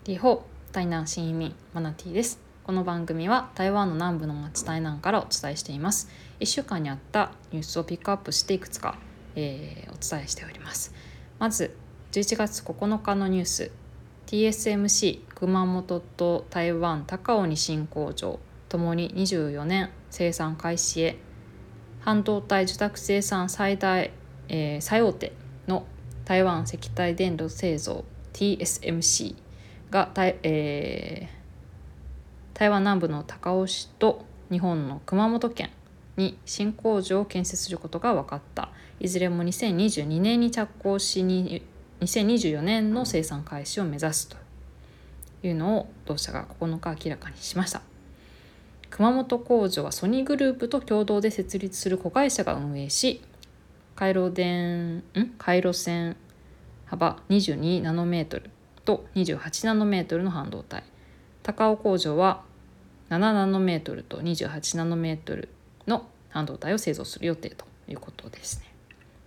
リホ台南新移民マナティです。この番組は台湾の南部の町台南からお伝えしています。1週間にあったニュースをピックアップしていくつか、お伝えしております。まず11月9日のニュース、 TSMC 熊本と台湾高雄に新工場ともに24年生産開始へ。半導体受託生産最大、最大手の台湾石体電路製造 TSMC が台湾南部の高雄市と日本の熊本県に新工場を建設することが分かった。いずれも2022年に着工し2024年の生産開始を目指すというのを同社が9日明らかにしました。熊本工場はソニーグループと共同で設立する子会社が運営し、回路線幅22ナノメートルと28ナノメートルの半導体、高雄工場は7ナノメートルと28ナノメートルの半導体を製造する予定ということですね。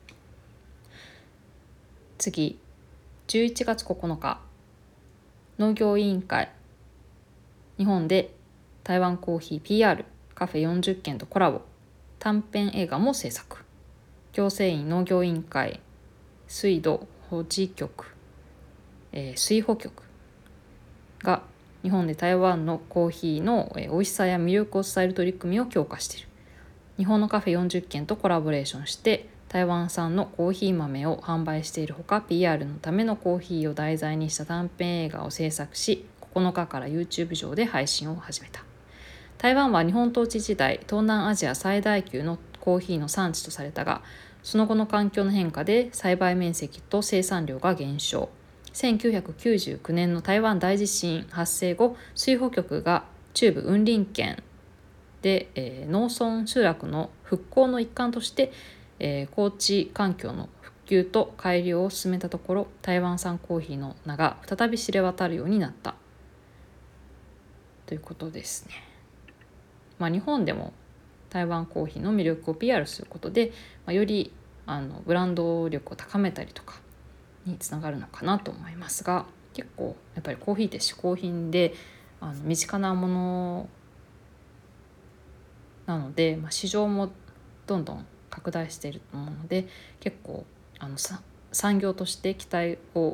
次、11月9日、農業委員会、日本で台湾コーヒー PR カフェ40軒とコラボ、短編映画も制作。行政院農業委員会水土保持局、水保局が日本で台湾のコーヒーの美味しさや魅力を伝える取り組みを強化している。日本のカフェ40軒とコラボレーションして台湾産のコーヒー豆を販売しているほか、 PR のためのコーヒーを題材にした短編映画を制作し、9日から YouTube 上で配信を始めた。台湾は日本統治時代東南アジア最大級のコーヒーの産地とされたが、その後の環境の変化で栽培面積と生産量が減少。1999年の台湾大地震発生後、水保局が中部雲林県で、農村集落の復興の一環として、高地環境の復旧と改良を進めたところ、台湾産コーヒーの名が再び知れ渡るようになったということですね。日本でも台湾コーヒーの魅力を PR することで、よりブランド力を高めたりとかにつながるのかなと思いますが、結構やっぱりコーヒーって嗜好品で身近なものなので、市場もどんどん拡大していると思うので、結構産業として期待を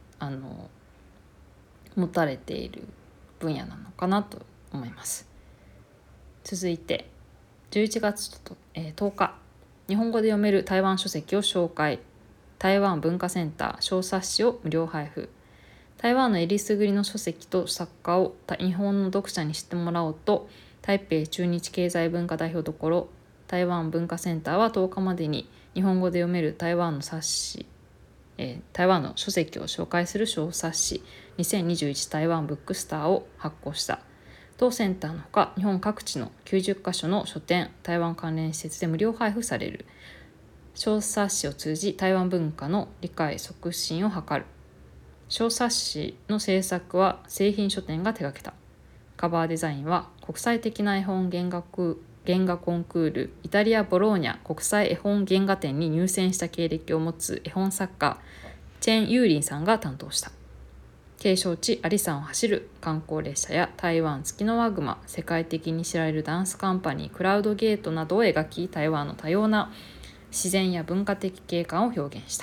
持たれている分野なのかなと思います。続いて11月10日、日本語で読める台湾書籍を紹介。台湾文化センター小冊子を無料配布。台湾のえりすぐりの書籍と作家を日本の読者に知ってもらおうと、台北駐日経済文化代表処台湾文化センターは10日までに日本語で読める台湾の冊子、台湾の書籍を紹介する小冊子2021台湾ブックスターを発行した。同センターのほか、日本各地の90カ所の書店、台湾関連施設で無料配布される。小冊子を通じ台湾文化の理解促進を図る。小冊子の制作は製品書店が手掛けた。カバーデザインは国際的な絵本原画コンクールイタリア・ボローニャ国際絵本原画展に入選した経歴を持つ絵本作家チェン・ユーリンさんが担当した。景勝地アリ山を走る観光列車や台湾ツキノワグマ、世界的に知られるダンスカンパニークラウドゲートなどを描き、台湾の多様な自然や文化的景観を表現した。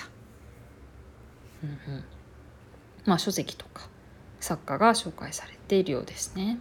書籍とか作家が紹介されているようですね。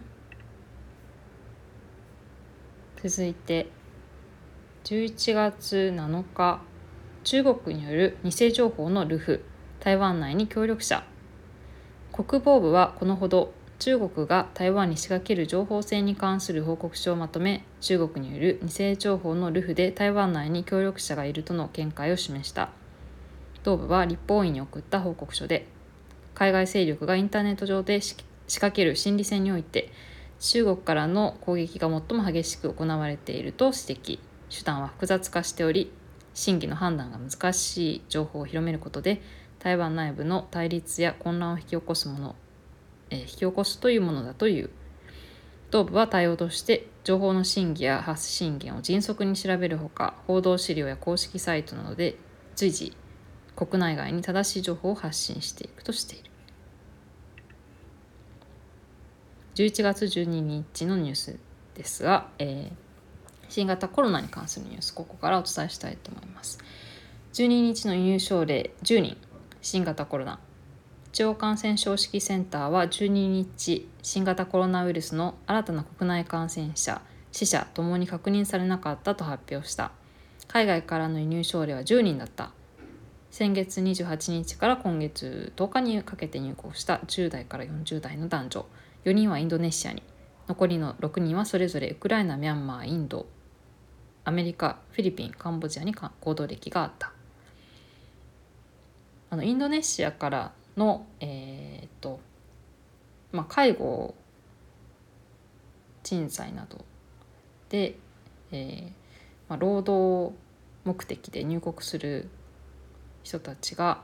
続いて11月7日、中国による偽情報の流布、台湾内に協力者。国防部はこのほど中国が台湾に仕掛ける情報戦に関する報告書をまとめ、中国による偽情報の流布で台湾内に協力者がいるとの見解を示した。同部は立法院に送った報告書で、海外勢力がインターネット上で仕掛ける心理戦において中国からの攻撃が最も激しく行われていると指摘。手段は複雑化しており、真偽の判断が難しい情報を広めることで台湾内部の対立や混乱を引き起こすというものだという。同部は対応として情報の真偽や発信源を迅速に調べるほか、報道資料や公式サイトなどで随時国内外に正しい情報を発信していくとしている。 11月12日のニュースですが、新型コロナに関するニュース、ここからお伝えしたいと思います。12日の輸入症例10人、新型コロナ。中央感染症指揮センターは12日、新型コロナウイルスの新たな国内感染者、死者ともに確認されなかったと発表した。海外からの輸入症例は10人だった。先月28日から今月10日にかけて入国した10代から40代の男女4人はインドネシアに、残りの6人はそれぞれウクライナ、ミャンマー、インド、アメリカ、フィリピン、カンボジアに行動歴があった。インドネシアからの、介護、賃貸などで、労働目的で入国する人たちが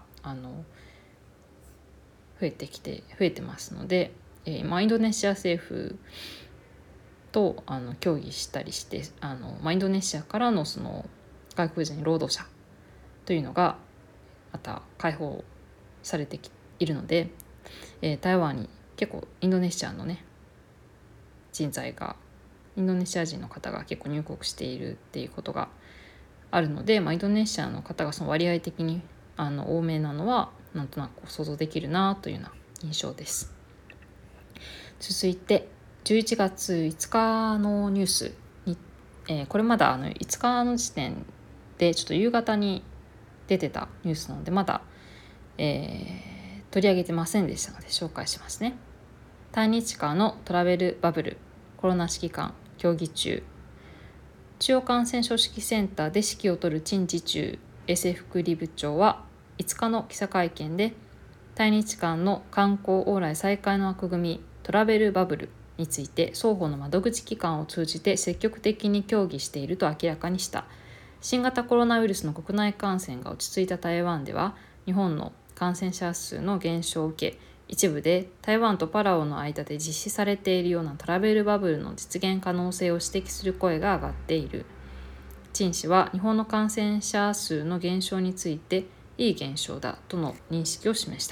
増えてますので、インドネシア政府と協議したりして、インドネシアからのその外国人労働者というのがまた解放されているので、台湾に結構インドネシアのね人材が、インドネシア人の方が結構入国しているっていうことがあるので、インドネシアの方がその割合的に多めなのはなんとなく想像できるなというような印象です。続いて11月5日のニュースに、これまだ5日の時点でちょっと夕方に出てたニュースなのでまだ、取り上げてませんでしたので紹介しますね。対日間のトラベルバブル、コロナ指揮官協議中。中央感染症指揮センターで指揮を執る陳時中衛生福利部長は5日の記者会見で、対日間の観光往来再開の枠組みトラベルバブルについて双方の窓口機関を通じて積極的に協議していると明らかにした。新型コロナウイルスの国内感染が落ち着いた台湾では、日本の感染者数の減少を受け、一部で台湾とパラオの間で実施されているようなトラベルバブルの実現可能性を指摘する声が上がっている。陳氏は日本の感染者数の減少についていい現象だとの認識を示した。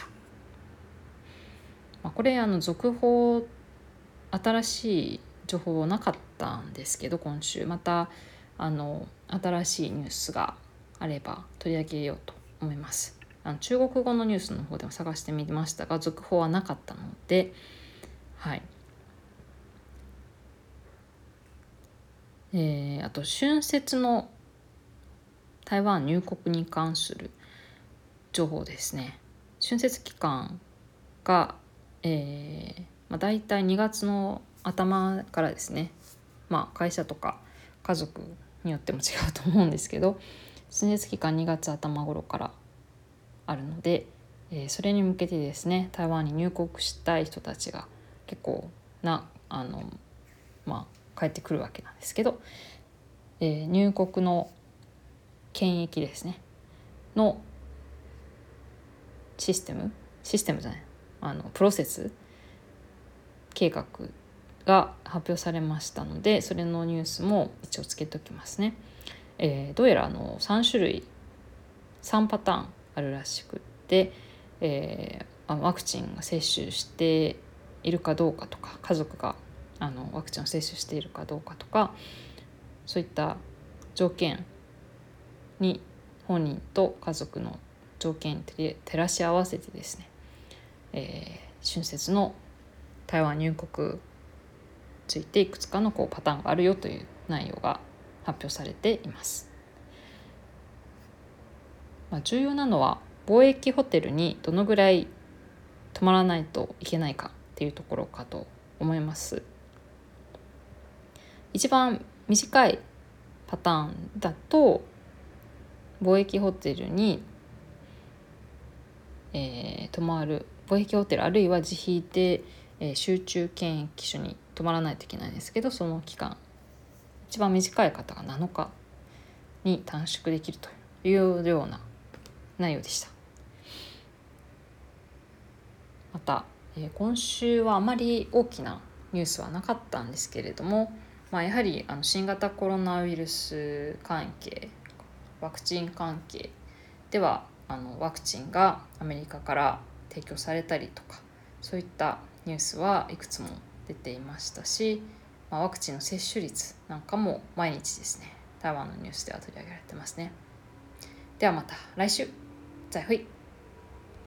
これ続報、新しい情報なかったんですけど、今週また新しいニュースがあれば取り上げようと思います。中国語のニュースの方でも探してみましたが続報はなかったので、はい。あと春節の台湾入国に関する情報ですね。春節期間が、だいたい2月の頭からですね。会社とか家族によっても違うと思うんですけど、春節期間2月頭頃からあるので、それに向けてですね、台湾に入国したい人たちが結構な帰ってくるわけなんですけど、入国の検疫ですねのシステムじゃないプロセス計画が発表されましたので、それのニュースも一応つけておきますね。どうやら3種類3パターンあるらしくって、ワクチンが接種しているかどうかとか、家族がワクチンを接種しているかどうかとか、そういった条件に本人と家族の条件に照らし合わせてですね、春節の台湾入国についていくつかのパターンがあるよという内容が発表されています。重要なのは貿易ホテルにどのぐらい泊まらないといけないかっていうところかと思います。一番短いパターンだと貿易ホテルに、泊まる貿易ホテルあるいは自費で、集中検疫所に泊まらないといけないんですけど、その期間一番短い方が7日に短縮できるというような内容でした。また、今週はあまり大きなニュースはなかったんですけれども、やはり新型コロナウイルス関係、ワクチン関係ではワクチンがアメリカから提供されたりとか、そういったニュースはいくつも出ていましたし、ワクチンの接種率なんかも毎日ですね、台湾のニュースでは取り上げられてますね。ではまた来週。再会。